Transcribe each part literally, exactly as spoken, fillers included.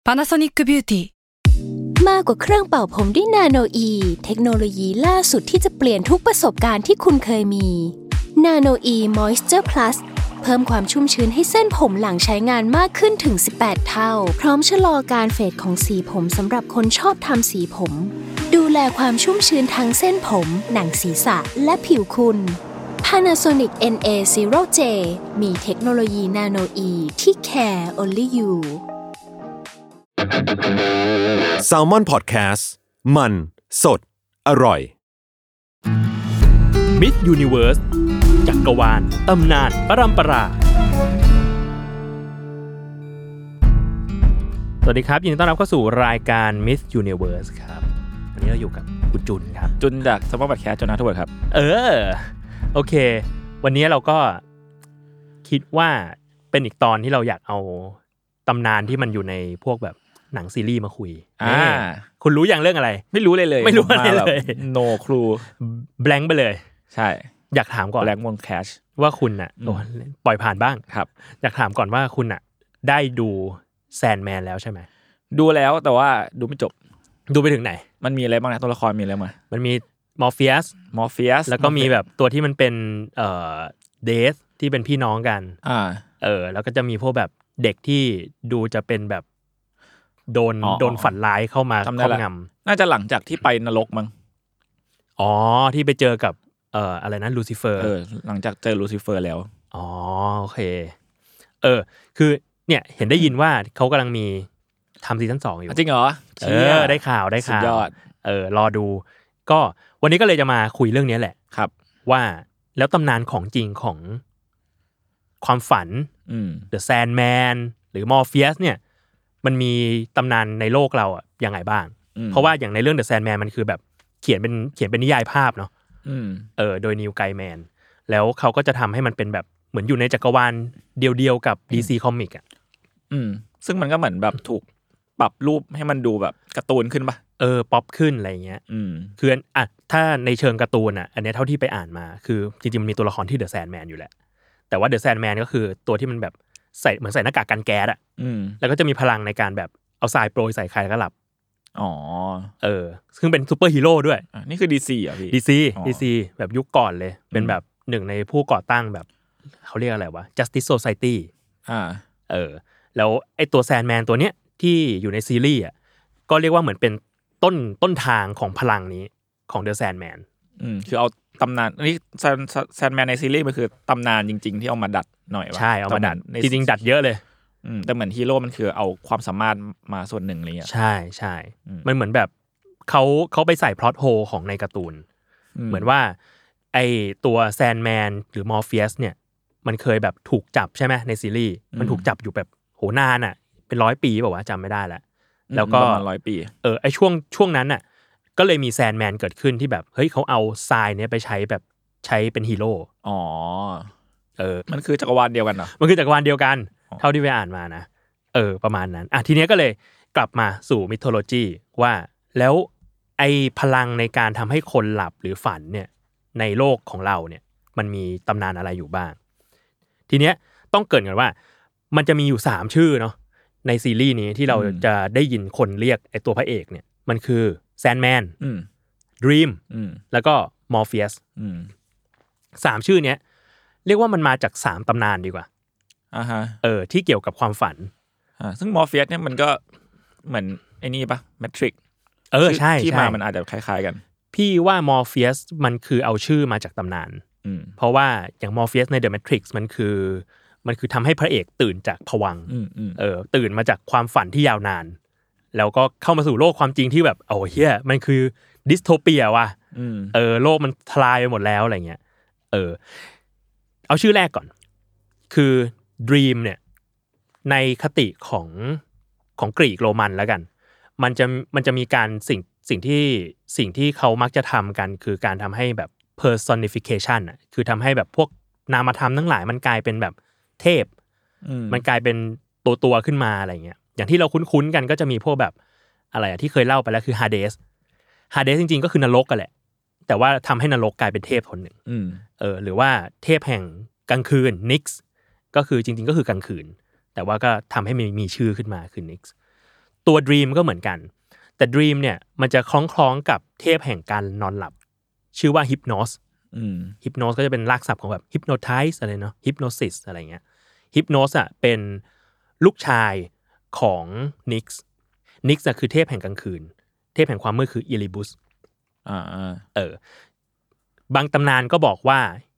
Panasonic Beauty มากกว่าเครื่องเป่าผมด้วยนาโนอีเทคโนโลยีล่าสุดที่จะเปลี่ยนทุกประสบการณ์ที่คุณเคยมีนาโนอีมอยส์เจอร์พลัสเพิ่มความชุ่มชื้นให้เส้นผมหลังใช้งานมากขึ้นถึงสิบแปดเท่าพร้อมชะลอการเฟดของสีผมสำหรับคนชอบทำสีผมดูแลความชุ่มชื้นทั้งเส้นผมหนังศีรษะและผิวคุณ Panasonic เอ็น เอ ศูนย์ เจ มีเทคโนโลยีนาโนอีที่ care only you Salmon Podcast มันสดอร่อย Miss Universe จักรวาลตำนานปรัมปราสวัสดีครับยินดีต้อนรับเข้าสู่รายการ Miss Universe ครับวันนี้เราอยู่กับคุณจุนครับจุนจาก Salmon Podcast จนนะทุกคนครับเออโอเควันนี้เราก็คิดว่าเป็นอีกตอนที่เราอยากเอาตำนานที่มันอยู่ในพวกแบบหนังซีรีส์มาคุยอ่าคุณรู้อย่างเรื่องอะไรไม่รู้เลยเลยไม่รู้อะไรเลย no clue blank ไปเลยใช่อยากถามก่อน blank one cash ว่าคุณน่ะโอ้ปล่อยผ่านบ้างครับอยากถามก่อนว่าคุณน่ะได้ดูแซนด์แมนแล้วใช่ไหมดูแล้วแต่ว่าดูไม่จบดูไปถึงไหนมันมีอะไรบ้างนะตัวละครมีอะไรมามันมีมอร์เฟียสมอร์เฟียสแล้วก็มีแบบตัวที่มันเป็นเอ่อเดธที่เป็นพี่น้องกันอ่าเออแล้วก็จะมีพวกแบบเด็กที่ดูจะเป็นแบบโดนโดนฝันร้ายเข้ามาครอบงำน่าจะหลังจากที่ไปนรกมั้งอ๋อที่ไปเจอกับเอ่ออะไรนะลูซิเฟอร์เออหลังจากเจอลูซิเฟอร์แล้วอ๋อโอเคเออคือเนี่ยเห็นได้ยินว่าเขากำลังมีทำซีซั่นสองอยู่จริงเหรอเออได้ข่าวได้ข่าวสุดยอดเออรอดูก็วันนี้ก็เลยจะมาคุยเรื่องนี้แหละครับว่าแล้วตำนานของจริงของความฝันอืม The Sandman หรือ Morpheus เนี่ยมันมีตำนานในโลกเราอ่ะยังไงบ้างเพราะว่าอย่างในเรื่อง The Sandman มันคือแบบเขียนเป็นเขียนเป็นนิยายภาพเนาะเออโดยนิวไกแมนแล้วเขาก็จะทำให้มันเป็นแบบเหมือนอยู่ในจักรวาลเดียวๆกับ ดี ซี Comic อ่ะอืมซึ่งมันก็เหมือนแบบถูกปรับรูปให้มันดูแบบการ์ตูนขึ้นป่ะเออป๊อปขึ้นอะไรเงี้ยอืมคืออ่ะถ้าในเชิงการ์ตูนอ่ะอันนี้เท่าที่ไปอ่านมาคือจริงๆมันมีตัวละครที่ The Sandman อยู่แหละแต่ว่า The Sandman ก็คือตัวที่มันแบบใส่เหมือนใส่หน้ากากกันแก๊สอ่ะแล้วก็จะมีพลังในการแบบเอาทรายโปรยใส่ใครแล้วก็หลับอ๋อเออซึ่งเป็นซูเปอร์ฮีโร่ด้วยนี่คือ ดี ซี อ่ะพี่ดี ซี ดี ซี แบบยุคก่อนเลยเป็นแบบหนึ่งในผู้ก่อตั้งแบบเขาเรียกอะไรวะ Justice Society อ่าเออแล้วไอ้ตัวแซนด์แมนตัวเนี้ยที่อยู่ในซีรีส์อ่ะก็เรียกว่าเหมือนเป็นต้นต้นทางของพลังนี้ของ The Sandman อืมคือเอาตำนานอันนี้แซนด์แมนในซีรีส์มันคือตำนานจริงๆที่เอามาดัดหน่อยวะใช่เอามาดัดจริงๆดัดเยอะเลยอืมแต่เหมือนฮีโร่มันคือเอาความสามารถมาส่วนหนึ่งอะไรเงี้ยใช่ใช่มันเหมือนแบบเขาเขาไปใส่พล็อตโฮลของในการ์ตูนเหมือนว่าไอตัวแซนด์แมนหรือมอร์เฟียสเนี่ยมันเคยแบบถูกจับใช่ไหมในซีรีส์มันถูกจับอยู่แบบโหนานอ่ะเป็นร้อยปีบอกว่าจำไม่ได้แล้วแล้วก็ประมาณร้อยปีเออไอช่วงช่วงนั้นน่ะก็เลยมีแซนด์แมนเกิดขึ้นที่แบบเฮ้ยเขาเอาทรายเนี้ยไปใช้แบบใช้เป็นฮีโร่อ๋อเออมันคือจักรวาลเดียวกันเหรอมันคือจักรวาลเดียวกันเท่าที่ไปอ่านมานะเออประมาณนั้นอ่ะทีเนี้ยก็เลยกลับมาสู่มิโทโลจีว่าแล้วไอพลังในการทำให้คนหลับหรือฝันเนี่ยในโลกของเราเนี่ยมันมีตำนานอะไรอยู่บ้างทีเนี้ยต้องเกริ่นก่อนว่ามันจะมีอยู่สามชื่อเนาะในซีรีส์นี้ที่เราจะได้ยินคนเรียกไอตัวพระเอกเนี่ยมันคือแซนด์แมนดรีมแล้วก็มอร์เฟียสสามชื่อเนี้ยเรียกว่ามันมาจากสามตำนานดีกว่าอ่าฮะเออที่เกี่ยวกับความฝันอ่าซึ่งมอร์เฟียสเนี่ยมันก็เหมือนไอ้นี่ป่ะแมทริกซ์เออใช่ที่มามันอาจจะคล้ายๆกันพี่ว่ามอร์เฟียสมันคือเอาชื่อมาจากตำนานเพราะว่าอย่างมอร์เฟียสในเดอะแมทริกซ์มันคือมันคือทำให้พระเอกตื่นจากภวังค์เออตื่นมาจากความฝันที่ยาวนานแล้วก็เข้ามาสู่โลกความจริงที่แบบโอ้เหี้ยมันคือดิสโทเปียว่ะเออโลกมันทลายไปหมดแล้วอะไรเงี้ยเออเอาชื่อแรกก่อนคือ Dream เนี่ยในคติของของกรีกโรมันแล้วกันมันจะมันจะมีการสิ่งสิ่งที่สิ่งที่เขามักจะทำกันคือการทำให้แบบ personification อ่ะคือทำให้แบบพวกนามธรรมทั้งหลายมันกลายเป็นแบบเทพมันกลายเป็นตัวตัวขึ้นมาอะไรเงี้ยอย่างที่เราคุ้นๆกันก็จะมีพวกแบบอะไรอ่ะที่เคยเล่าไปแล้วคือ Hades Hades จริงๆก็คือนรกกันแหละแต่ว่าทำให้นรกกลายเป็นเทพคนหนึ่งเออหรือว่าเทพแห่งกลางคืน Nyx ก็คือจริงๆก็คือกลางคืนแต่ว่าก็ทำให้มีมีชื่อขึ้นมาคือ Nyx ตัว Dream ก็เหมือนกันแต่ Dream เนี่ยมันจะคล้องๆกับเทพแห่งการนอนหลับชื่อว่า Hypnos อืม Hypnos ก็จะเป็นรากศัพท์ของแบบ hypnotize อะไรเนาะ hypnosis อะไรเงี้ย Hypnos อ่ะเป็นลูกชายของ Nyx Nyx อ่ะคือเทพแห่งกลางคืนเทพแห่งความมืดคือ Erebus อ่าเออบางตำนานก็บอกว่า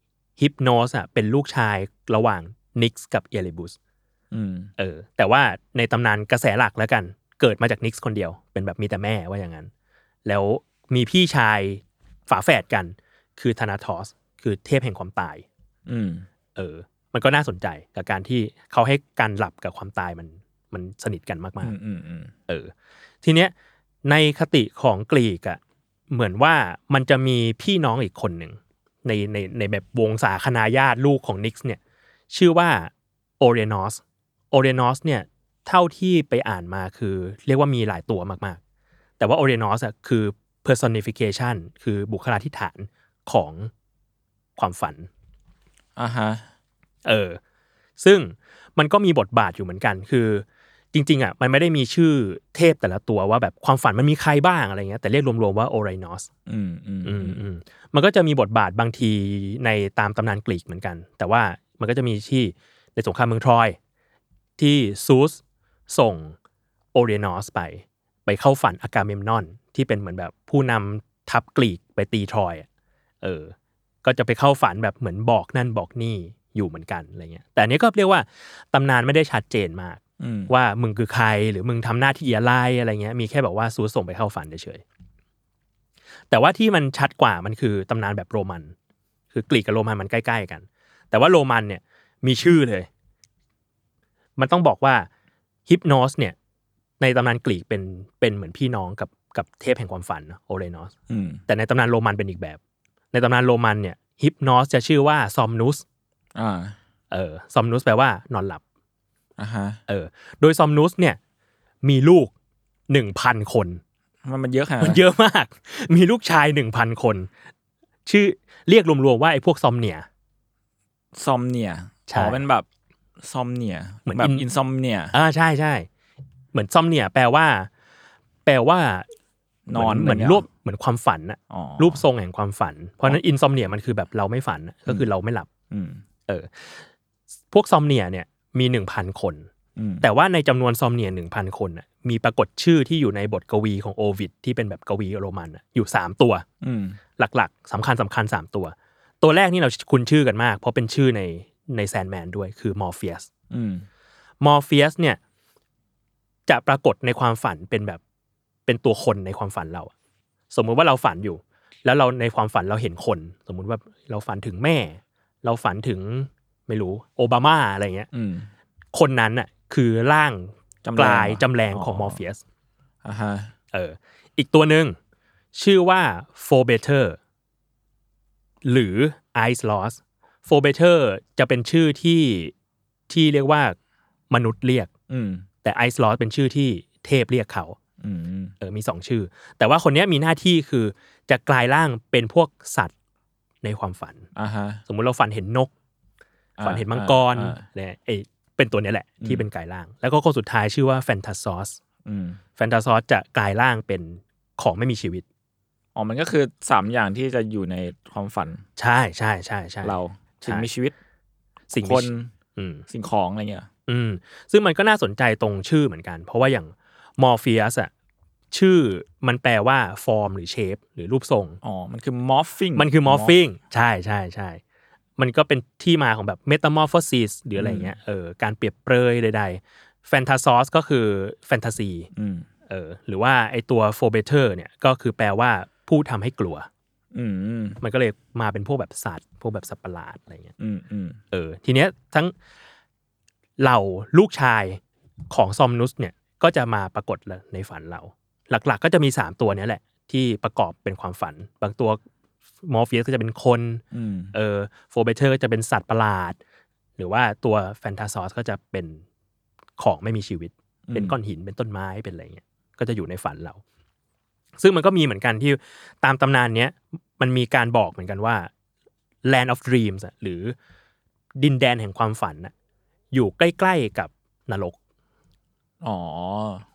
Hypnos อ่ะเป็นลูกชายระหว่าง Nyx กับ Erebus อืมเออแต่ว่าในตำนานกระแสหลักแล้วกันเกิดมาจาก Nyx คนเดียวเป็นแบบมีแต่แม่ว่าอย่างนั้นแล้วมีพี่ชายฝาแฝดกันคือ Thanatos คือเทพแห่งความตายอืมเออมันก็น่าสนใจกับการที่เขาให้การหลับกับความตายมันมันสนิทกันมากๆอืมอืมเออทีเนี้ยในคติของกรีกอ่ะเหมือนว่ามันจะมีพี่น้องอีกคนหนึ่งในในในแบบวงศาคณาญาติลูกของนิกส์เนี่ยชื่อว่าโอเรนอสโอเรนอสเนี่ยเท่าที่ไปอ่านมาคือเรียกว่ามีหลายตัวมากๆแต่ว่าโอเรนอสอ่ะคือ personification คือบุคลาธิฐานของความฝันอ่าฮะเออซึ่งมันก็มีบทบาทอยู่เหมือนกันคือจริงๆอ่ะมันไม่ได้มีชื่อเทพแต่ละตัวว่าแบบความฝันมันมีใครบ้างอะไรเงี้ยแต่เรียกรวมๆว่าโอไรนอสอืมอืมอืมอืมมันก็จะมีบทบาทบางทีในตามตำนานกรีกเหมือนกันแต่ว่ามันก็จะมีที่ในสงครามเมืองทรอยที่ซูสส่งโอเรนอสไปไปเข้าฝันอากาเมมนอนที่เป็นเหมือนแบบผู้นำทัพกรีกไปตีทรอยเออก็จะไปเข้าฝันแบบเหมือนบอกนั่นบอกนี่อยู่เหมือนกันอะไรเงี้ยแต่อันนี้ก็เรียกว่าตำนานไม่ได้ชัดเจนมากว่ามึงคือใครหรือมึงทำหน้าที่อะไรอะไรเงี้ยมีแค่แบบว่าซูสส่งไปเข้าฝันเฉยๆแต่ว่าที่มันชัดกว่ามันคือตำนานแบบโรมันคือกรีกกับโรมันมันใกล้ๆกันแต่ว่าโรมันเนี่ยมีชื่อเลยมันต้องบอกว่าฮิปโนสเนี่ยในตำนานกรีกเป็นเป็นเหมือนพี่น้องกับกับเทพแห่งความฝันโอเรนอสแต่ในตำนานโรมันเป็นอีกแบบในตำนานโรมันเนี่ยฮิปโนสจะชื่อว่าซอมนุสอ่าเออซอมนุสแปลว่านอนหลับอ่าฮะเออโดยซอมนุสเนี่ยมีลูก หนึ่งพัน คนมันมันเยอะขนาดมันเยอะมากมีลูกชาย หนึ่งพัน คนชื่อเรียกรวมๆว่าไอ้พวกซอมเนียซอมเนียอ๋อเป็นแบบซอมเนียเหมือนแบบอินซอมเนียอ่าใช่ๆเหมือนซอมเนียแปลว่าแปลว่านอนเหมือนรูปเหมือนความฝันน่ะรูปทรงแห่งความฝันเพราะนั้นอินซอมเนียมันคือแบบเราไม่ฝันก็คือเราไม่หลับเออพวกซอมเนียเนี่ยมี หนึ่งพัน คนแต่ว่าในจำนวนซอมเนีย หนึ่งพัน คนน่ะมีปรากฏชื่อที่อยู่ในบทกวีของโอวิดที่เป็นแบบกวีโรมันน่ะอยู่สามตัวหลักๆสำคัญสำคัญสามตัวตัวแรกนี่เราคุ้นชื่อกันมากเพราะเป็นชื่อในในแซนด์แมนด้วยคือมอร์เฟียสมอร์เฟียสเนี่ยจะปรากฏในความฝันเป็นแบบเป็นตัวคนในความฝันเราสมมุติว่าเราฝันอยู่แล้วเราในความฝันเราเห็นคนสมมุติว่าเราฝันถึงแม่เราฝันถึงไม่รู้โอบามาอะไรเงี้ยคนนั้นน่ะคือร่างกลายจำแรงของมอร์เฟียสอ่าฮะเอออีกตัวหนึ่งชื่อว่าโฟเบเทอร์หรือไอซ์ลอสโฟเบเทอร์จะเป็นชื่อที่ที่เรียกว่ามนุษย์เรียกแต่ไอซ์ลอสเป็นชื่อที่เทพเรียกเขาเออมีสองชื่อแต่ว่าคนนี้มีหน้าที่คือจะกลายร่างเป็นพวกสัตว์ในความฝันสมมุติเราฝันเห็นนกฝันเห็นมังกรเนี่ยไอเป็นตัวนี้แหละที่เป็นกลายร่างแล้วก็คนสุดท้ายชื่อว่าแฟนตาซอสแฟนตาซอสจะกลายร่างเป็นของไม่มีชีวิตอ๋อมันก็คือสามอย่างที่จะอยู่ในความฝันใช่ใช่ใช่ใช่เราสิ่งมีชีวิตสิ่งคนสิ่งของอะไรเงี้ยอืมซึ่งมันก็น่าสนใจตรงชื่อเหมือนกันเพราะว่าอย่างมอร์ฟีอัสอะชื่อมันแปลว่าฟอร์มหรือเชฟหรือรูปทรงอ๋อมันคือมอร์ฟิ่งมันคือมอร์ฟิ่งใช่ใช่ใช่มันก็เป็นที่มาของแบบเมตามอร์โฟซิสหรืออะไรเงี้ยเออการเปรียบเปรยใดๆแฟนตาซอสก็คือแฟนตาซีเออหรือว่าไอตัวโฟเบเทอร์เนี่ยก็คือแปลว่าผู้ทำให้กลัวมันก็เลยมาเป็นพวกแบบสัตว์พวกแบบสัตว์ประหลาดอะไรเงี้ยเออทีเนี้ยทั้งเหล่าลูกชายของซอมนุสเนี่ยก็จะมาปรากฏในฝันเราหลักๆก็จะมีสามตัวนี้แหละที่ประกอบเป็นความฝันบางตัวมอร์เฟียสก็จะเป็นคนเออโฟเบเทอร์ก็จะเป็นสัตว์ประหลาดหรือว่าตัวแฟนตาซอสก็จะเป็นของไม่มีชีวิตเป็นก้อนหินเป็นต้นไม้เป็นอะไรเงี้ยก็จะอยู่ในฝันเราซึ่งมันก็มีเหมือนกันที่ตามตำนานเนี้ยมันมีการบอกเหมือนกันว่า Land of Dreams หรือดินแดนแห่งความฝันน่ะอยู่ใกล้ๆกับนรกอ๋อ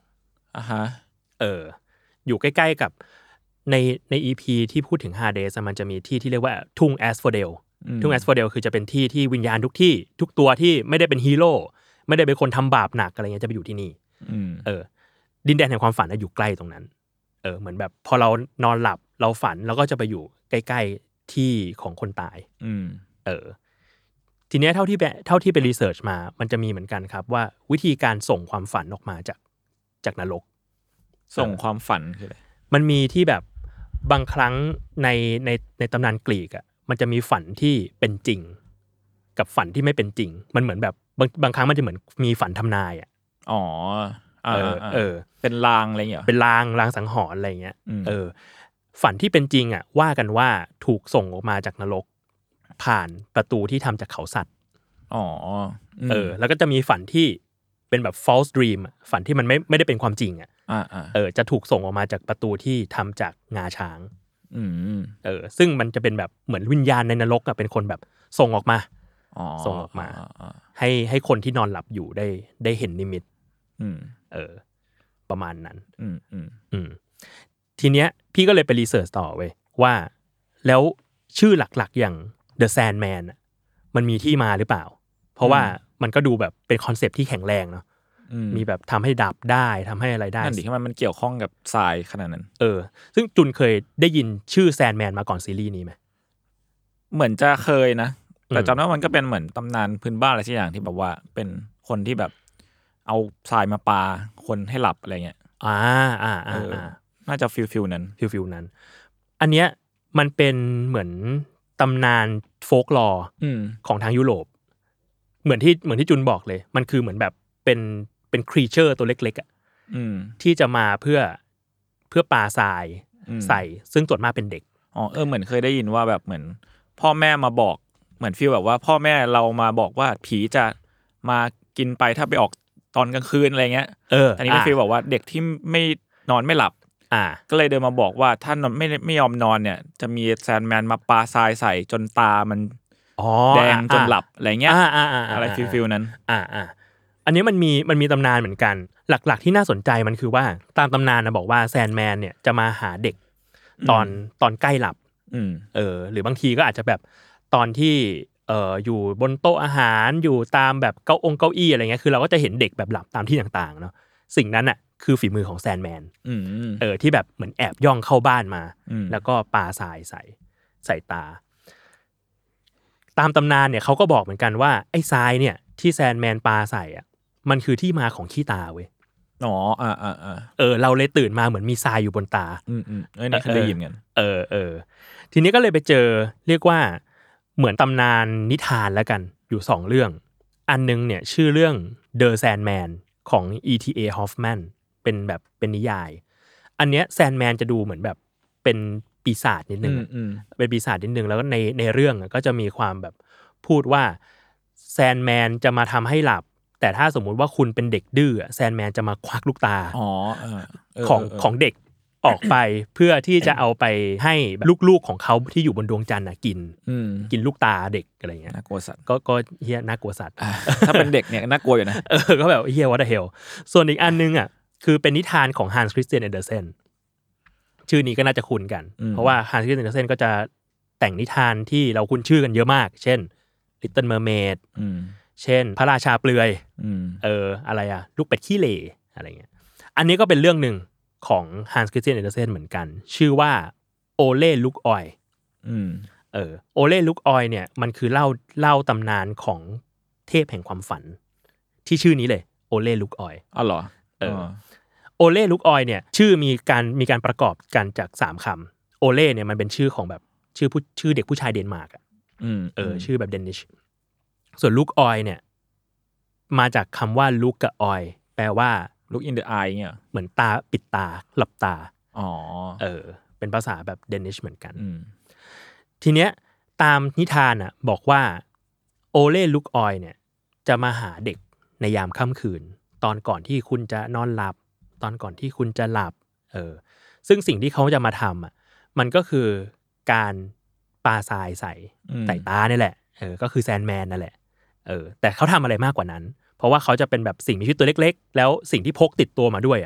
อ่าฮะเอออยู่ใกล้ๆกับในใน อี พี ที่พูดถึง Hades มันจะมีที่ที่เรียกว่าทุ่งแอสโฟเดลทุ่งแอสโฟเดลคือจะเป็นที่ที่วิญญาณทุกที่ทุกตัวที่ไม่ได้เป็นฮีโร่ไม่ได้เป็นคนทำบาปหนักอะไรเงี้ยจะไปอยู่ที่นี่เออดินแดนแห่งความฝันอยู่ใกล้ตรงนั้นเออเหมือนแบบพอเรานอนหลับเราฝันเราก็จะไปอยู่ใกล้ๆที่ของคนตายเออทีเนี้ยเท่าที่ไปเท่าที่ไปรีเสิร์ชมามันจะมีเหมือนกันครับว่าวิธีการส่งความฝันออกมาจากจากนรกส่งความฝันคืออะไรมันมีที่แบบบางครั้งในในในตำนานกรีกอ่ะมันจะมีฝันที่เป็นจริงกับฝันที่ไม่เป็นจริงมันเหมือนแบบบางบางครั้งมันจะเหมือนมีฝันทำนายอ่ะอ๋อเออเออเป็นลางอะไรอย่างเงี้ยเป็นลางลางสังหรณ์อะไรเงี้ยเออฝันที่เป็นจริงอ่ะว่ากันว่าถูกส่งออกมาจากนรกผ่านประตูที่ทำจากเขาสัตว์อ๋อเออแล้วก็จะมีฝันที่เป็นแบบ false dream ฝันที่มันไม่ไม่ได้เป็นความจริงอ่ะเออจะถูกส่งออกมาจากประตูที่ทำจากงาช้างเออซึ่งมันจะเป็นแบบเหมือนวิญญาณในนรกอ่ะเป็นคนแบบส่งออกมาส่งออกมาให้ให้คนที่นอนหลับอยู่ได้ได้เห็นนิมิตเออประมาณนั้นอืมทีเนี้ยพี่ก็เลยไปรีเสิร์ชต่อเว้ยว่าแล้วชื่อหลักๆอย่าง The Sandman อ่ะมันมีที่มาหรือเปล่าเพราะว่ามันก็ดูแบบเป็นคอนเซปต์ที่แข็งแรงเนาะมีแบบทำให้ดับได้ทำให้อะไรได้นั่นดิที่มันมันเกี่ยวข้องกับทรายขนาดนั้นเออซึ่งจุนเคยได้ยินชื่อแซนแมนมาก่อนซีรีส์นี้ไหมเหมือนจะเคยนะแต่จำได้ว่ามันก็เป็นเหมือนตำนานพื้นบ้านอะไรสักอย่างที่แบบว่าเป็นคนที่แบบเอาทรายมาปาคนให้หลับอะไรเงี้ยอ่าอ่าอ่าน่าจะฟิลฟิลนั้นฟิลฟิลนั้นอันเนี้ยมันเป็นเหมือนตำนานโฟกลอร์ของทางยุโรปเหมือนที่เหมือนที่จุนบอกเลยมันคือเหมือนแบบเป็นเป็นครีเชอร์ตัวเล็กๆอ่ะที่จะมาเพื่อเพื่อปาทรายใส่ซึ่งส่วนมากเป็นเด็กอ๋อเออเหมือนเคยได้ยินว่าแบบเหมือนพ่อแม่มาบอกเหมือนฟีลแบบว่าพ่อแม่เรามาบอกว่าผีจะมากินไปถ้าไปออกตอนกลางคืนอะไรเงี้ยเอออันนี้เป็นฟีลบอกว่าเด็กที่ไม่นอนไม่หลับอ่าก็เลยเดินมาบอกว่าถ้านอนไม่ไม่ยอมนอนเนี่ยจะมีแซนแมนมาปาทรายใส่จนตามันแดงจนหลับอะไรเงี้ยอะไรฟีลฟิลนั้นอ่าอ่าอันนี้มันมีมันมีตำนานเหมือนกันหลักๆที่น่าสนใจมันคือว่าตามตำนานนะบอกว่าแซนแมนเนี่ยจะมาหาเด็กตอนตอนใกล้หลับเออหรือบางทีก็อาจจะแบบตอนที่เอ่ออยู่บนโต๊ะอาหารอยู่ตามแบบเก้าองเก้าอี้อะไรเงี้ยคือเราก็จะเห็นเด็กแบบหลับตามที่ต่างๆเนาะสิ่งนั้นอ่ะคือฝีมือของแซนแมนเออที่แบบเหมือนแอบย่องเข้าบ้านมาแล้วก็ปาทรายใส่ใส่ตาตามตำนานเนี่ยเขาก็บอกเหมือนกันว่าไอ้ทรายเนี่ยที่แซนแมนปาใส่อ่ะมันคือที่มาของขี้ตาเว้ยอ๋ออ่าอ่าอ่าเออเราเลยตื่นมาเหมือนมีทรายอยู่บนตาอืมอืมเอ้ยนี่เคยได้ยินกันเออเออทีนี้ก็เลยไปเจอเรียกว่าเหมือนตำนานนิทานแล้วกันอยู่สองเรื่องอันนึงเนี่ยชื่อเรื่อง The Sandman ของ อี ที เอ Hoffman เป็นแบบเป็นนิยายอันเนี้ยแซนแมนจะดูเหมือนแบบเป็นปีศาจนิดนึงเป็นปีศาจนิดนึงแล้วก็ในในเรื่องก็จะมีความแบบพูดว่าแซนแมนจะมาทำให้หลับแต่ถ้าสมมุติว่าคุณเป็นเด็กดื้อแซนแมนจะมาควักลูกตาของของเด็กออกไปเพื่อที่จะเอาไปให้ลูกๆของเขาที่อยู่บนดวงจันทร์น่ะกินกินลูกตาเด็กอะไรเงี้ยน่ากลัวสัตว์ก็ก็เฮียน่ากลัวสัตว์ถ้าเป็นเด็กเนี่ยน่ากลัวอยู่นะเออก็แบบเฮีย what the hell ส่วนอีกอันนึงอ่ะคือเป็นนิทานของ Hans Christian Andersen ชื่อนี้ก็น่าจะคุ้นกันเพราะว่า Hans Christian Andersen ก็จะแต่งนิทานที่เราคุ้นชื่อกันเยอะมากเช่น Little Mermaid เช่นพระราชาเปลือยเอออะไรอ่ะลูกเป็ดขี้เหร่อะไรเงี้ยอันนี้ก็เป็นเรื่องนึงของ Hans Christian Andersen เหมือนกันชื่อว่า Ole Look Oil อืมเออ Ole Look Oil เนี่ยมันคือเล่าเล่าตำนานของเทพแห่งความฝันที่ชื่อนี้เลย Ole Look Oil อ๋อเหรอเออ Ole Look Oil เนี่ยชื่อมีการมีการประกอบกันจากสามคำ Ole เนี่ยมันเป็นชื่อของแบบชื่อผู้ชื่อเด็กผู้ชายเดนมาร์กอ่ะเออชื่อแบบเดนิชส่วน Look Oil เนี่ยมาจากคำว่า look กับ oil แปลว่า look in the eye เนี่ยเหมือนตาปิดตาหลับตาอ๋อเออเป็นภาษาแบบเดนิชเหมือนกันทีเนี้ยตามนิทานอ่ะบอกว่าโอเล่ลุกออยเนี่ยจะมาหาเด็กในยามค่ำคืนตอนก่อนที่คุณจะนอนหลับตอนก่อนที่คุณจะหลับเออซึ่งสิ่งที่เขาจะมาทำอ่ะมันก็คือการปาทรายใส่ใส่ตานี่แหละเออก็คือแซนแมนนั่นแหละเออแต่เขาทำอะไรมากกว่านั้นเพราะว่าเขาจะเป็นแบบสิ่งมีชีวิตตัวเล็กๆแล้วสิ่งที่พกติดตัวมาด้วยอ่ะ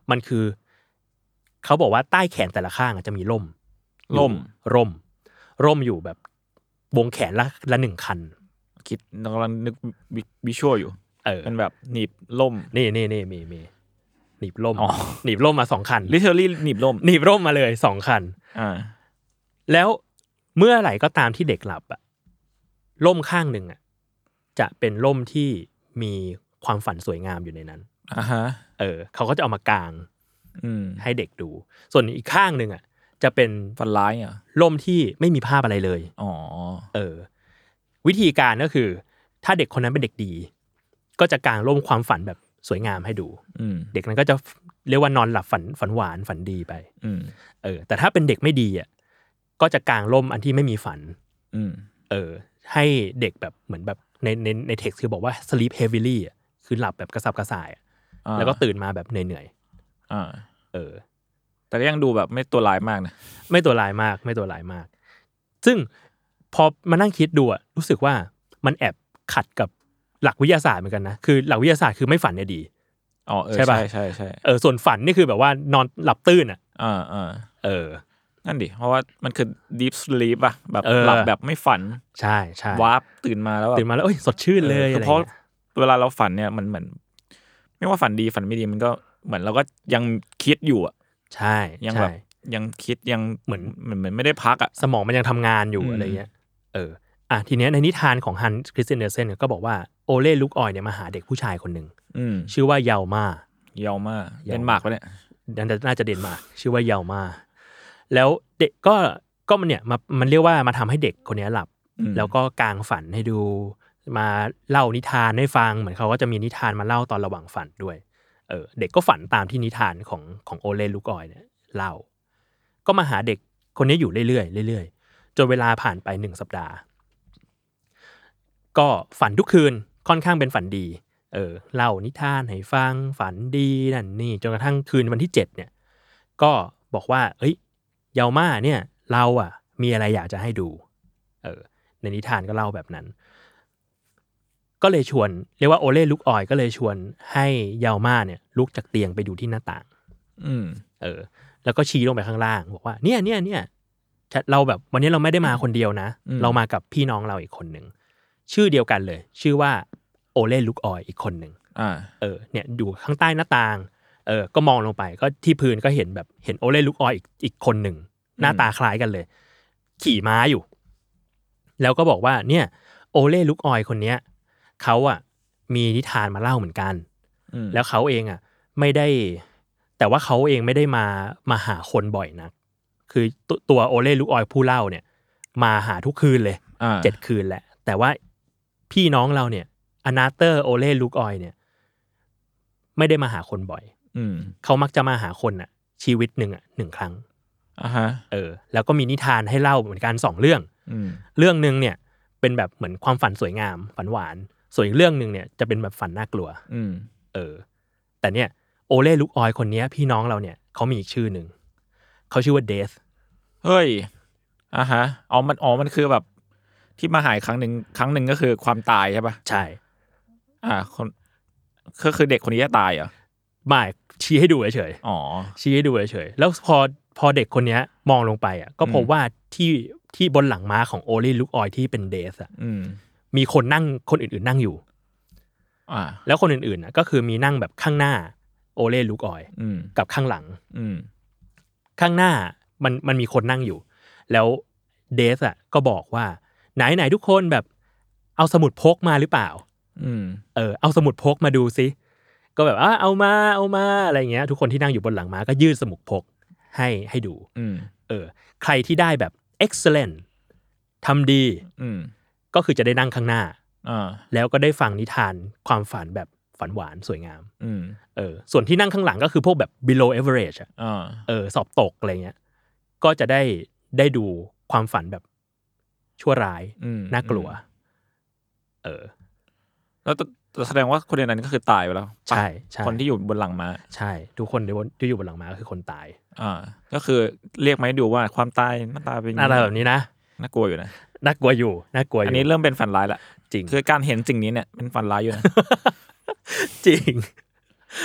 มันคือเขาบอกว่าใต้แขนแต่ละข้างจะมีร่มร่มร่มร่มอยู่แบบวงแขนละละหนึ่งคันคิดกำลังนึกวิชวลอยู่เออเป็นแบบหนีบร่มนี่นี่นี่มีมีหนีบร่มหนีบร่มมาสองคัน literally หนีบร่มหนีบร่มมาเลยสองคันอ่าแล้วเมื่อไหร่ก็ตามที่เด็กหลับอ่ะร่มข้างหนึ่งอ่ะจะเป็นร่มที่มีความฝันสวยงามอยู่ในนั้นอ่าฮะเออเขาก็จะเอามากางอืมให้เด็กดูส่วนอีกข้างหนึ่งอ่ะจะเป็นฝันร้ายอ่ะร่มที่ไม่มีภาพอะไรเลยอ๋อเออวิธีการก็คือถ้าเด็กคนนั้นเป็นเด็กดีก็จะกางร่มความฝันแบบสวยงามให้ดูเด็กนั้นก็จะเรียกว่านอนหลับฝันฝันหวานฝันดีไปเออแต่ถ้าเป็นเด็กไม่ดีอ่ะก็จะกางร่มอันที่ไม่มีฝันเออให้เด็กแบบเหมือนแบบในในในเท็กซ์คือบอกว่า sleep heavily อ่ะคือหลับแบบกระสับกระส่ายแล้วก็ตื่นมาแบบเหนื่อยๆอ่าเออแต่ก็ยังดูแบบไม่ตัวร้ายมากนะไม่ตัวร้ายมากไม่ตัวร้ายมากซึ่งพอมานั่งคิดดูอ่ะรู้สึกว่ามันแอบขัดกับหลักวิทยาศาสตร์เหมือนกันนะคือหลักวิทยาศาสตร์คือไม่ฝันเนี่ยดีอ๋อเออใช่ใช่ใช่เออส่วนฝันนี่คือแบบว่านอนหลับตื่นอ่ะอ่าอ่าเออนั่นดิเพราะว่ามันคือ deep sleep อ่ะแบบหลับแบบไม่ฝันใช่ใช่วาร์ปตื่นมาแล้วตื่นมาแล้วเอ้ยสดชื่นเลยอะไรเพราะเวลาเราฝันเนี่ยมันเหมือนไม่ว่าฝันดีฝันไม่ดีมันก็เหมือนเราก็ยังคิดอยู่อ่ะใช่ยังแบบยังคิดยังเหมือนเหมือนไม่ได้พักอ่ะสมองมันยังทำงานอยู่อะไรเงี้ยเอออ่ะทีเนี้ยในนิทานของฮันส์คริสเตียนเดอร์เซนก็บอกว่าโอเล่ลูกออยเนี่ยมาหาเด็กผู้ชายคนหนึ่งชื่อว่าเยามาเยามาเดนมาร์กวะเนี่ยน่าจะเดนมาร์กชื่อว่าเยามาแล้วเด็กก็ก็มันเนี่ยมามันเรียกว่ามาทำให้เด็กคนนี้หลับแล้วก็กางฝันให้ดูมาเล่านิทานให้ฟังเหมือนเขาก็จะมีนิทานมาเล่าตอนระหว่างฝันด้วยเออเด็กก็ฝันตามที่นิทานของของโอเล่ลูกออยเนี่ยเล่าก็มาหาเด็กคนนี้อยู่เรื่อยๆเรื่อยๆจนเวลาผ่านไปหนึ่งสัปดาห์ก็ฝันทุกคืนค่อนข้างเป็นฝันดีเออเล่านิทานให้ฟังฝันดีนั่นนี่จนกระทั่งคืนวันที่เจ็ดเนี่ยก็บอกว่าเอ้ยเยาม่าเนี่ยเราอ่ะมีอะไรอยากจะให้ดูเออในนิทานก็เล่าแบบนั้นก็เลยชวนเรียกว่าโอเล่ลุกออยก็เลยชวนให้เยาม่าเนี่ยลุกจากเตียงไปดูที่หน้าต่างอืมเออแล้วก็ชี้ลงไปข้างล่างบอกว่าเนี่ยเนี่ยเนี่ยเราแบบวันนี้เราไม่ได้มาคนเดียวนะเรามากับพี่น้องเราอีกคนนึงชื่อเดียวกันเลยชื่อว่าโอเล่ลุกออยอีกคนนึงอ่าเออเนี่ยอยู่ข้างใต้หน้าต่างเออก็มองลงไปก็ที่พื้นก็เห็นแบบเห็นโอเล่ลุกออยอีกอีกคนนึงหน้าตาคล้ายกันเลยขี่ม้าอยู่แล้วก็บอกว่าเนี่ยโอเล่ลุกออยคนเนี้ยเขาอ่ะมีนิทานมาเล่าเหมือนกันแล้วเขาเองอ่ะไม่ได้แต่ว่าเขาเองไม่ได้มามาหาคนบ่อยนักคือตัวโอเล่ลุกออยผู้เล่าเนี่ยมาหาทุกคืนเลยเจ็ดคืนแหละแต่ว่าพี่น้องเราเนี่ยอนาเตอร์โอเล่ลุกออยเนี่ยไม่ได้มาหาคนบ่อยเขามักจะมาหาคนอ่ะชีวิตหนึ่งอ่ะหนึ่งครั้งอ่าฮะเออแล้วก็มีนิทานให้เล่าเหมือนกันสองเรื่องเรื่องนึงเนี่ยเป็นแบบเหมือนความฝันสวยงามฝันหวานส่วนอีกเรื่องนึงเนี่ยจะเป็นแบบฝันน่ากลัวเออแต่เนี่ยโอเล่ลุกออยคนนี้พี่น้องเราเนี่ยเขามีอีกชื่อนึงเขาชื่อว่าเดธเฮ้ยอ่าฮะอ๋อมันอ๋อมันคือแบบที่มาหายครั้งนึงครั้งนึงก็คือความตายใช่ปะใช่อ่าคนก็คือเด็กคนนี้จะตายเหรอไม่ชี้ให้ดูเฉยๆอ๋อชี้ให้ดูเฉยๆแล้วพอพอเด็กคนนี้มองลงไปอ่ะก็พบว่าที่ที่บนหลังม้าของโอเล่ลุกออยที่เป็นเดธอ่ะมีคนนั่งคนอื่นๆนั่งอยู่อ่าแล้วคนอื่นๆอ่ะก็คือมีนั่งแบบข้างหน้าโอเล่ลุกออยกับข้างหลังข้างหน้ามันมันมีคนนั่งอยู่แล้วเดธอ่ะก็บอกว่าไหนไหนทุกคนแบบเอาสมุดพกมาหรือเปล่าเออเอาสมุดพกมาดูซิก็แบบอ่ะเอามาเอามาอะไรเงี้ยทุกคนที่นั่งอยู่บนหลังม้าก็ยื่นสมุดพกให้ให้ดูเออใครที่ได้แบบ excellent ทำดีก็คือจะได้นั่งข้างหน้าแล้วก็ได้ฟังนิทานความฝันแบบฝันหวานสวยงามเออส่วนที่นั่งข้างหลังก็คือพวกแบบ below average อ่ะเออสอบตกอะไรเงี้ยก็จะได้ได้ดูความฝันแบบชั่วร้ายน่ากลัวเออแล้วแสดงว่าคนนั้นก็คือตายไปแล้วใช่ใช่คนที่อยู่บนหลังม้าใช่ทุกคนที่อยู่บนหลังม้าก็คือคนตายอ่าก็คือเรียกมาให้ดูว่าความตายหน้าตาเป็นหน้าตาแบบนี้นะน่ากลัวอยู่นะน่ากลัวอยู่น่ากลัวอยู่อันนี้เริ่มเป็นฝันร้ายละจริงคือการเห็นสิ่งนี้เนี่ยเป็นฝันร้ายอยู่นะจริง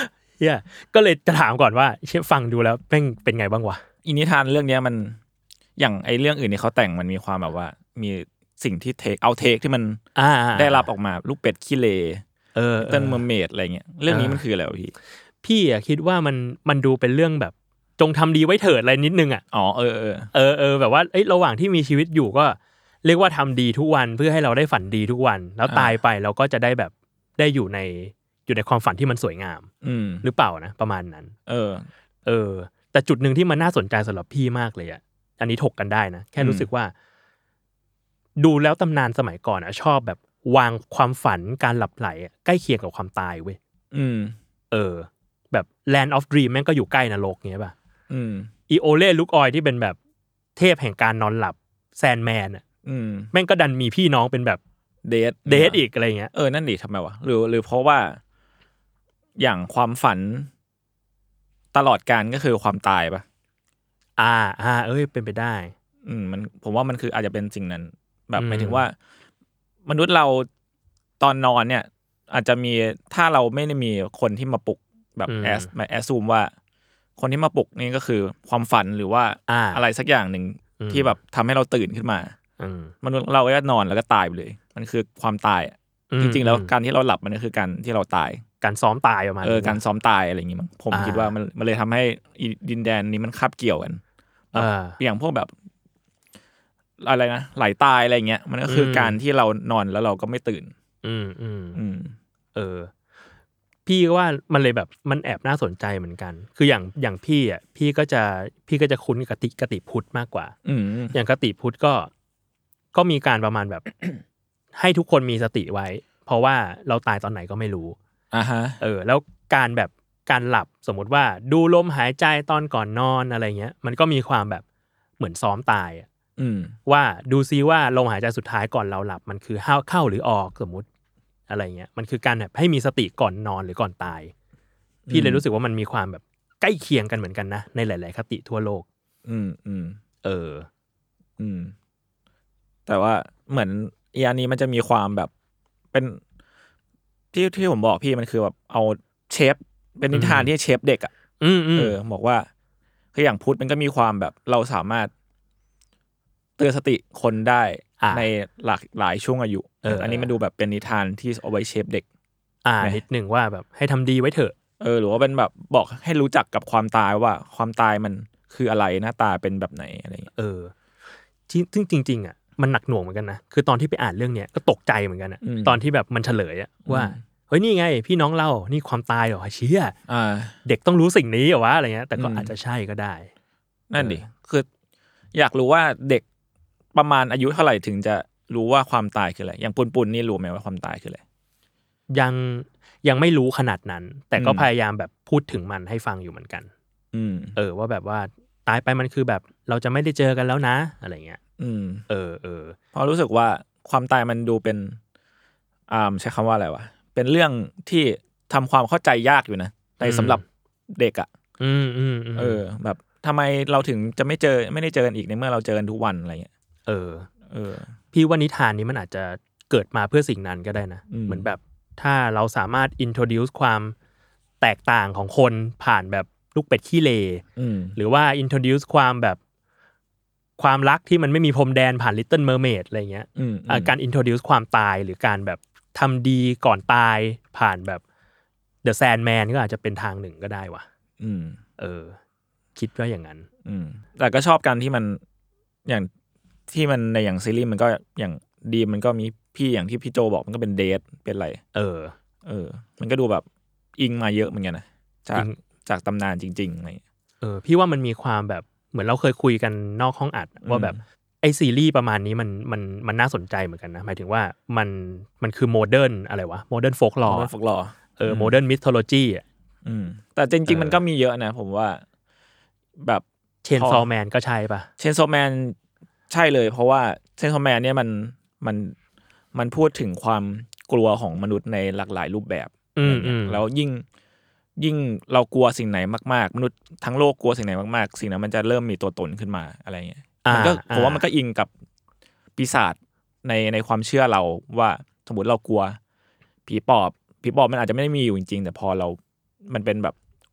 เฮียก็เลยจะถามก่อนว่าเชฟฟังดูแล้วเป็นเป็นไงบ้างวะอินิทานเรื่องนี้มันอย่างไอเรื่องอื่นที่เขาแต่งมันมีความแบบว่ามีสิ่งที่เทคเอาเทคที่มันได้รับออกมาลูกเป็ดขี้เลเออเติ้ลเมอร์เมดอะไรเงี้ยเรื่องนี้มันคืออะไรวะพี่พี่อ่ะคิดว่ามันมันดูเป็นเรื่องแบบจงทำดีไว้เถิดอะไรนิดนึงอ่ะอ๋อเออเออเออเออแบบว่าเอ้ยระหว่างที่มีชีวิตอยู่ก็เรียกว่าทำดีทุกวันเพื่อให้เราได้ฝันดีทุกวันแล้วตายไปเราก็จะได้แบบได้อยู่ในอยู่ในความฝันที่มันสวยงามหรือเปล่านะประมาณนั้นเออเออแต่จุดนึงที่มันน่าสนใจสำหรับพี่มากเลยอ่ะอันนี้ถกกันได้นะแค่รู้สึกว่าดูแล้วตำนานสมัยก่อนอ่ะชอบแบบวางความฝันการหลับไหลใกล้เคียงกับความตายเว้ยอืมเออแบบ Land of Dream แม่งก็อยู่ใกล้นรกเงี้ยป่ะอืมอีโอเล่ลุกออยที่เป็นแบบเทพแห่งการนอนหลับแซนแมนอ่ะอืมแม่งก็ดันมีพี่น้องเป็นแบบเดทเดทอีกอะไรเงี้ยเออนั่นดิทำไมวะหรือหรือเพราะว่าอย่างความฝันตลอดกาลก็คือความตายป่ะอ่าอ่าเอ้ยเป็นไปได้อืมมันผมว่ามันคืออาจจะเป็นสิ่งนั้นแบบหมายถึงว่ามนุษย์เราตอนนอนเนี่ยอาจจะมีถ้าเราไม่ได้มีคนที่มาปลุกแบบแอสมาแอสซูมว่าคนที่มาปลุกนี่ก็คือความฝันหรือว่าอะไรสักอย่างหนึ่งที่แบบทำให้เราตื่นขึ้นมามนุษย์เราก็นอนแล้วก็ตายไปเลยมันคือความตายจริงๆแล้วการที่เราหลับมันก็คือการที่เราตายการซ้อมตายประมาณเออการซ้อมตายอะไรอย่างงี้มั้งผมคิดว่ามันมันเลยทำให้ดินแดนนี้มันคาบเกี่ยวกันอย่างพวกแบบอะไรนะไหลตายอะไรเงี้ยมันก็คือการที่เรานอนแล้วเราก็ไม่ตื่นอืมอืมอืมเออพี่ก็ว่ามันเลยแบบมันแอบน่าสนใจเหมือนกันคืออย่างอย่างพี่อ่ะพี่ก็จะพี่ก็จะคุ้นกับกติกติพุทธมากกว่าอย่างกติพุทธก็ก็มีการประมาณแบบ ให้ทุกคนมีสติไว้เพราะว่าเราตายตอนไหนก็ไม่รู้อ่าฮะเออแล้วการแบบการหลับสมมติว่าดูลมหายใจตอนก่อนนอนอะไรเงี้ยมันก็มีความแบบเหมือนซ้อมตายอ่ะว่าดูซิว่าลมหายใจสุดท้ายก่อนเราหลับมันคือเข้าเข้าหรือออกสมมติอะไรเงี้ยมันคือการแบบให้มีสติก่อนนอนหรือก่อนตายพี่เลยรู้สึกว่ามันมีความแบบใกล้เคียงกันเหมือนกันนะในหลายๆคติทั่วโลกอืมอืมเอออืมแต่ว่าเหมือนอีอันนี้มันจะมีความแบบเป็นที่ที่ผมบอกพี่มันคือแบบเอาเชฟเป็นนิทานที่เชฟเด็กอ่ะเออบอกว่าคืออย่างพุทธมันก็มีความแบบเราสามารถเตือนสติคนได้ในหลากหลายช่วงอายุเอออันนี้มันดูแบบเป็นนิทานที่เอาไว้เชฟเด็กอ่านิดหนึ่งว่าแบบให้ทำดีไว้เถอะเออหรือว่าเป็นแบบบอกให้รู้จักกับความตายว่าความตายมันคืออะไรหน้าตาเป็นแบบไหนอะไรอย่างเงี้ยเออซึ่งจริงๆอ่ะมันหนักหน่วงเหมือนกันนะคือตอนที่ไปอ่านเรื่องเนี้ยก็ตกใจเหมือนกันอ่ะตอนที่แบบมันเฉลยอ่ะว่าเฮ้ยนี่ไงพี่น้องเล่านี่ความตายเหรอเชี่ยเด็กต้องรู้สิ่งนี้เหรอวะอะไรเงี้ยแต่ก็อาจจะใช่ก็ได้นั่นดิคืออยากรู้ว่าเด็กประมาณอายุเท่าไหร่ถึงจะรู้ว่าความตายคืออะไรอย่างปุนๆนี่รู้ไหมว่าความตายคืออะไรยังยังไม่รู้ขนาดนั้นแต่ก็พยายามแบบพูดถึงมันให้ฟังอยู่เหมือนกันเออว่าแบบว่าตายไปมันคือแบบเราจะไม่ได้เจอกันแล้วนะอะไรเงี้ยเออเออพอรู้สึกว่าความตายมันดูเป็นอ่าใช้คำว่าอะไรวะเป็นเรื่องที่ทำความเข้าใจยากอยู่นะในสำหรับเด็กอ่ะอืมอืมเออแบบทำไมเราถึงจะไม่เจอไม่ได้เจอกันอีกในเมื่อเราเจอกันทุกวันอะไรเงี้ยเออเออพี่ว่านิทานนี้มันอาจจะเกิดมาเพื่อสิ่งนั้นก็ได้นะเหมือนแบบถ้าเราสามารถ introduce ความแตกต่างของคนผ่านแบบลูกเป็ดขี้เลหรือว่า introduce ความแบบความรักที่มันไม่มีพรมแดนผ่าน Little Mermaid อะไรเงี้ยการ introduce ความตายหรือการแบบทำดีก่อนตายผ่านแบบ The Sandman ก็อาจจะเป็นทางหนึ่งก็ได้ว่ะเออคิดว่าอย่างนั้นแต่ก็ชอบกันที่มันอย่างที่มันในอย่างซีรีส์มันก็อย่างดีมันก็มีพี่อย่างที่พี่โจบอกมันก็เป็นเดทเป็นอะไรเออเออมันก็ดูแบบอิงมาเยอะเหมือนกันนะจากจากตำนานจริงๆอะไรเออพี่ว่ามันมีความแบบเหมือนเราเคยคุยกันนอกห้องอัดว่าแบบไอซีรีส์ประมาณนี้มันมันมันน่าสนใจเหมือนกันนะหมายถึงว่ามันมันคือโมเดิร์นอะไรวะโมเดิร์นโฟล์คลอร์โมเดิร์นโฟล์คลอร์เออโมเดิร์นมิทโทโลจีอ่ะแต่จริงๆมันก็มีเยอะนะผมว่าแบบเชนซอว์แมนก็ใช่ป่ะเชนซอว์แมนใช่เลยเพราะว่าเชนซอว์แมนเนี่ยมันมันมันพูดถึงความกลัวของมนุษย์ในหลากหลายรูปแบบแล้วยิ่งยิ่งเรากลัวสิ่งไหนมากๆมนุษย์ทั้งโลกกลัวสิ่งไหนมากๆสิ่งนั้นมันจะเริ่มมีตัวตนขึ้นมาอะไรเงี้ยมันก็ผมว่ามันก็อิงกับปีศาจในในความเชื่อเราว่าสมมติเรากลัวผีปอบผีปอบมันอาจจะไม่ได้มีอยู่จริงๆแต่พอเรามันเป็นแบบ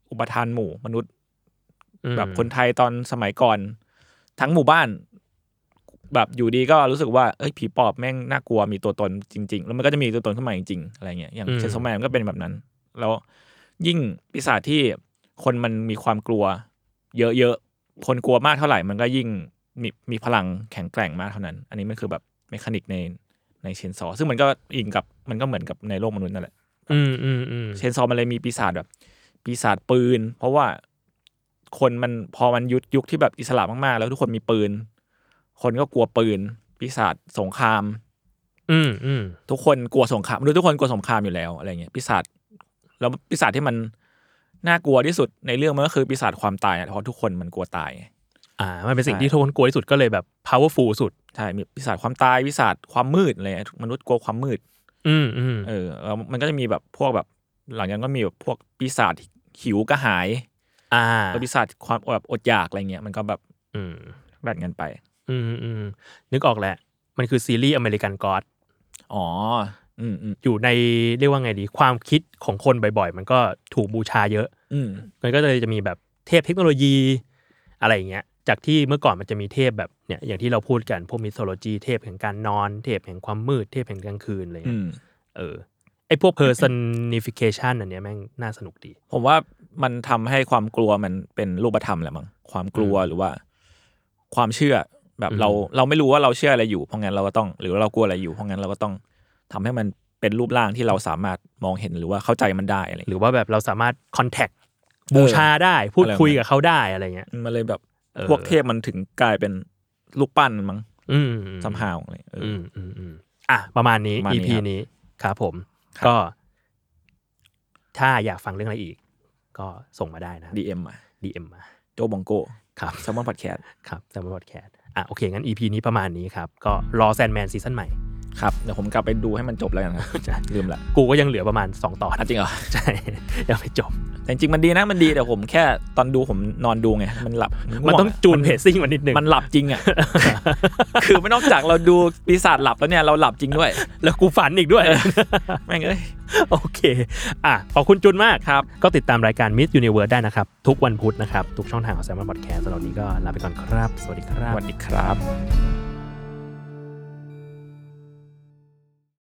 อุปทานหมู่มนุษย์แบบคนไทยตอนสมัยก่อนทั้งหมู่บ้านแบบอยู่ดีก็รู้สึกว่าเอ้ยผีปอบแม่งน่ากลัวมีตัวตนจริงๆแล้วมันก็จะมีตัวตนขึ้นมาจริงๆอะไรเงี้ยอย่างเชนซอว์แมนก็เป็นแบบนั้นแล้วยิ่งปีศาจที่คนมันมีความกลัวเยอะๆคนกลัวมากเท่าไหร่มันก็ยิ่งมีมีพลังแข็งแกร่งมากเท่านั้นอันนี้มันคือแบบเมคานิกในในเชนซอว์ซึ่งมันก็อิงกับมันก็เหมือนกับในโลกมนุษย์นั่นแหละอืมอืมอืมเชนซอว์มันเลยมีปีศาจแบบปีศาจปืนเพราะว่าคนมันพอมันยุคยุคที่แบบอิสระมากๆแล้วทุกคนมีปืนคนก็กลัวปืนปีศาจสงครามอืมอืมทุกคนกลัวสงครามมนุษย์ทุกคนกลัวสงครามอยู่แล้วอะไรเงี้ยปีศาจแล้วปีศาจที่มันน่ากลัวที่สุดในเรื่องมันก็คือปีศาจความตายเพราะทุกคนมันกลัวตายอ่ามันเป็นสิ่งที่ทุกคนกลัวที่สุดก็เลยแบบ powerful สุดใช่มีปีศาจความตายปีศาจความมืดอะไรมนุษย์กลัวความมืดอืมอืมเออแล้วมันก็จะมีแบบพวกแบบหลังจากนั้นก็มีแบบพวกปีศาจหิวกระหายอ่าปีศาจความแบบอดอยากอะไรเงี้ยมันก็แบบอืมแบ่งกันไปอืมอืมนึกออกแหละมันคือซีรีส์อเมริกันก็อดอ๋ออืมอืมอยู่ในเรียกว่าไงดีความคิดของคนบ่อยๆมันก็ถูกบูชาเยอะอืมมันก็เลยจะมีแบบเทพเทคโนโลยีอะไรอย่างเงี้ยจากที่เมื่อก่อนมันจะมีเทพแบบเนี่ยอย่างที่เราพูดกันพวกมิโทโลจีเทพแห่งการนอนเทพแห่งความมืดเทพแห่งกลางคืนอะไรเงี้ยเออไอพวก personification อันเนี้ยแม่งน่าสนุกดีผมว่ามันทำให้ความกลัวมันเป็นรูปธรรมแหละมั้งความกลัวหรือว่าความเชื่อแบบเราเราไม่รู้ว่าเราเชื่ออะไรอยู่เพราะงั้นเราก็ต้องหรือเรากลัวอะไรอยู่เพราะงั้นเราก็ต้องทำให้มันเป็นรูปร่างที่เราสามารถมองเห็นหรือว่าเข้าใจมันได้อะไรหรือว่าแบบเราสามารถ contact บูชาได้พูดคุยกับเขาได้อะไรเงี้ยมันเลยแบบพวกเทพมันถึงกลายเป็นรูปปั้นมั้งอืมซัมฮาวอะไรเอออืมอืมอ่ะประมาณนี้ อี พี นี้ครับผมก็ถ้าอยากฟังเรื่องอะไรอีกก็ส่งมาได้นะดี เอ็ม มาดี เอ็ม มาโจบองโก้ครับ Salmon Podcast ครับ Salmon Podcast อ่ะโอเคงั้น อี พี นี้ประมาณนี้ครับก็รอแซนด์แมนซีซั่นใหม่ครับเดี๋ยวผมกลับไปดูให้มันจบแล้วกันครับลืมละกูก็ยังเหลือประมาณสองตอนจริงเหรอใช่ยังไม่จบแต่จริงมันดีนะมันดีแต่ผมแค่ตอนดูผมนอนดูไงมันหลับมันต้องจูนเพซซิ่งมันนิดนึงมันหลับจริงอ่ะคือไม่นอกจากเราดูปีศาจหลับแล้วเนี่ยเราหลับจริงด้วยแล้วกูฝันอีกด้วยแม่งเอ้ยโอเคอ่ะขอบคุณจุนมากครับก็ติดตามรายการ Miss Universe ได้นะครับทุกวันพุธนะครับทุกช่องทางของ Salmon Podcast สำหรับวันนี้ก็ลาไปก่อนครับสวัสดีครับสวัสดีครับ